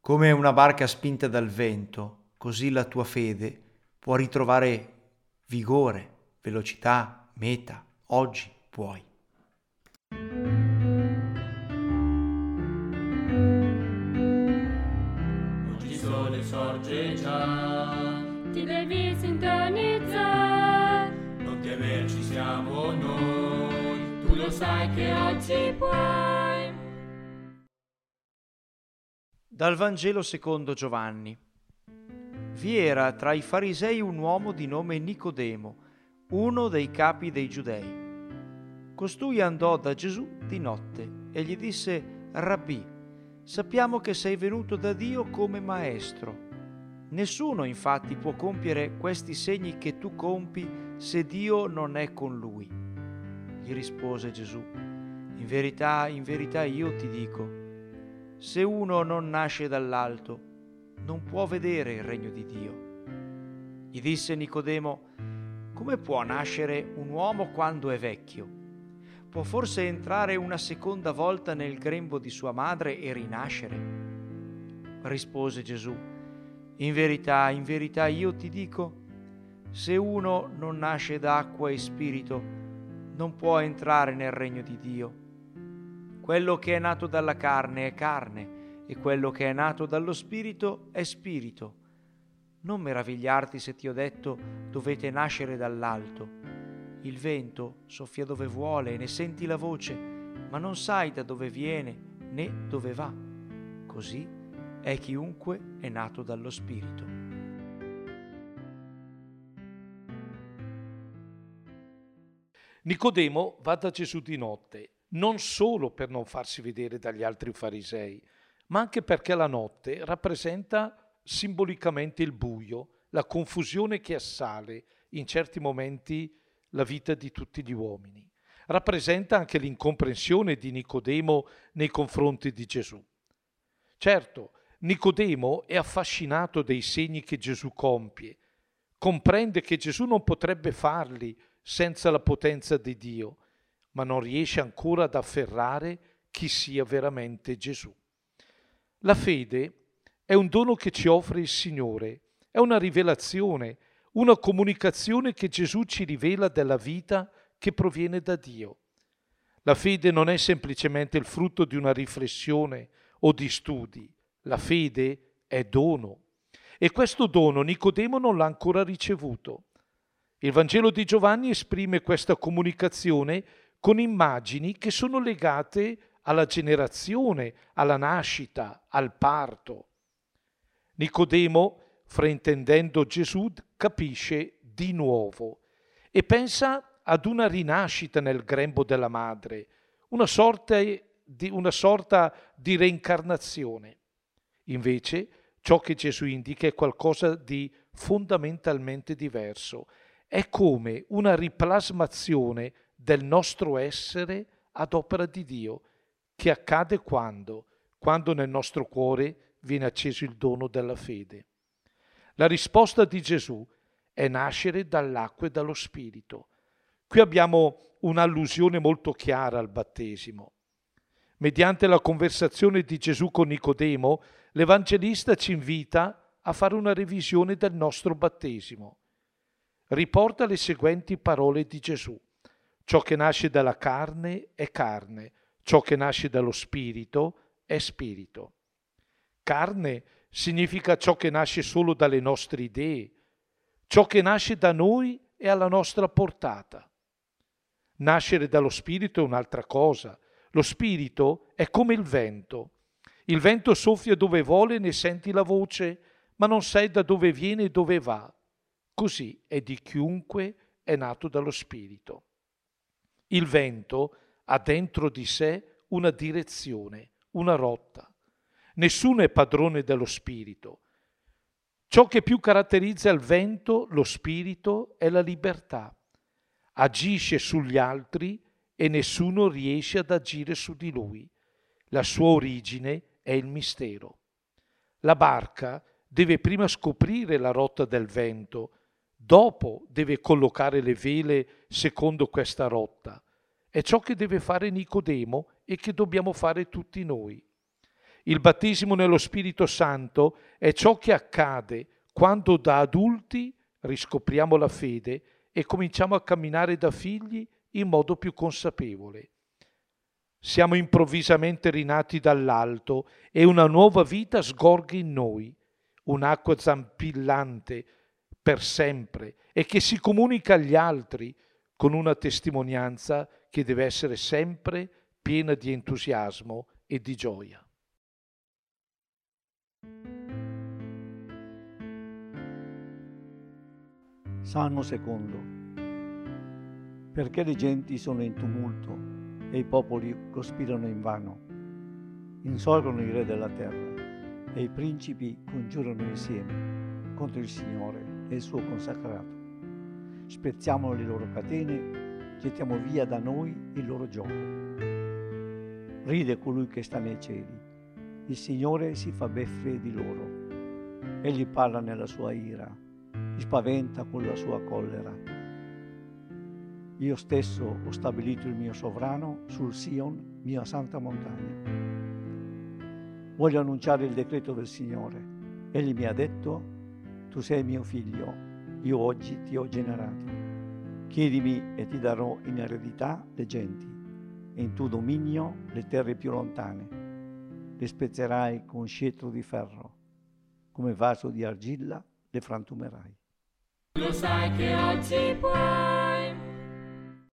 Come una barca spinta dal vento, così la tua fede può ritrovare vigore, velocità, meta. Oggi puoi. Oggi il sole sorge già, Ti devi sintonizzare, non temer, ci siamo noi, tu lo sai che oggi puoi. Dal Vangelo secondo Giovanni. Vi era tra i farisei un uomo di nome Nicodemo, uno dei capi dei Giudei. Costui andò da Gesù di notte e gli disse: Rabbì, sappiamo che sei venuto da Dio come maestro. Nessuno infatti può compiere questi segni che tu compi se Dio non è con lui. Gli rispose Gesù: in verità io ti dico, se uno non nasce dall'alto, non può vedere il regno di Dio. Gli disse Nicodemo: come può nascere un uomo quando è vecchio? Può forse entrare una seconda volta nel grembo di sua madre e rinascere? Rispose Gesù: in verità io ti dico, se uno non nasce d'acqua e spirito, non può entrare nel regno di Dio. Quello che è nato dalla carne è carne, e quello che è nato dallo spirito è spirito. Non meravigliarti se ti ho detto: dovete nascere dall'alto. Il vento soffia dove vuole e ne senti la voce, ma non sai da dove viene né dove va. Così è chiunque è nato dallo spirito. Nicodemo va da Gesù di notte, non solo per non farsi vedere dagli altri farisei, ma anche perché la notte rappresenta simbolicamente il buio, la confusione che assale in certi momenti la vita di tutti gli uomini. Rappresenta anche l'incomprensione di Nicodemo nei confronti di Gesù. Certo, Nicodemo è affascinato dai segni che Gesù compie, comprende che Gesù non potrebbe farli senza la potenza di Dio, ma non riesce ancora ad afferrare chi sia veramente Gesù. La fede è un dono che ci offre il Signore, è una rivelazione, una comunicazione che Gesù ci rivela della vita che proviene da Dio. La fede non è semplicemente il frutto di una riflessione o di studi, la fede è dono. E questo dono Nicodemo non l'ha ancora ricevuto. Il Vangelo di Giovanni esprime questa comunicazione con immagini che sono legate alla generazione, alla nascita, al parto. Nicodemo, fraintendendo Gesù, capisce di nuovo e pensa ad una rinascita nel grembo della madre, una sorta di reincarnazione. Invece, ciò che Gesù indica è qualcosa di fondamentalmente diverso. È come una riplasmazione del nostro essere ad opera di Dio, che accade quando nel nostro cuore viene acceso il dono della fede. La risposta di Gesù è nascere dall'acqua e dallo Spirito. Qui abbiamo un'allusione molto chiara al battesimo. Mediante la conversazione di Gesù con Nicodemo, l'Evangelista ci invita a fare una revisione del nostro battesimo. Riporta le seguenti parole di Gesù: ciò che nasce dalla carne è carne, ciò che nasce dallo spirito è spirito. Carne significa ciò che nasce solo dalle nostre idee, ciò che nasce da noi è alla nostra portata. Nascere dallo spirito è un'altra cosa. Lo spirito è come il vento. Il vento soffia dove vuole, ne senti la voce, ma non sai da dove viene e dove va. Così è di chiunque è nato dallo spirito. Il vento ha dentro di sé una direzione, una rotta. Nessuno è padrone dello spirito. Ciò che più caratterizza il vento, lo spirito, è la libertà. Agisce sugli altri e nessuno riesce ad agire su di lui. La sua origine è il mistero. La barca deve prima scoprire la rotta del vento, dopo deve collocare le vele secondo questa rotta. È ciò che deve fare Nicodemo e che dobbiamo fare tutti noi. Il battesimo nello Spirito Santo è ciò che accade quando da adulti riscopriamo la fede e cominciamo a camminare da figli in modo più consapevole. Siamo improvvisamente rinati dall'alto e una nuova vita sgorga in noi, un'acqua zampillante per sempre e che si comunica agli altri con una testimonianza che deve essere sempre piena di entusiasmo e di gioia. Salmo secondo. Perché le genti sono in tumulto e i popoli cospirano invano? Insorgono i re della terra e i principi congiurano insieme contro il Signore e il suo consacrato. Spezziamo le loro catene, gettiamo via da noi il loro gioco. Ride colui che sta nei cieli. Il Signore si fa beffe di loro. Egli parla nella sua ira, li spaventa con la sua collera. Io stesso ho stabilito il mio sovrano sul Sion, mia santa montagna. Voglio annunciare il decreto del Signore. Egli mi ha detto: tu sei mio figlio, io oggi ti ho generato. Chiedimi e ti darò in eredità le genti, e in tuo dominio le terre più lontane. Le spezzerai con scettro di ferro, come vaso di argilla le frantumerai. Lo sai che oggi puoi.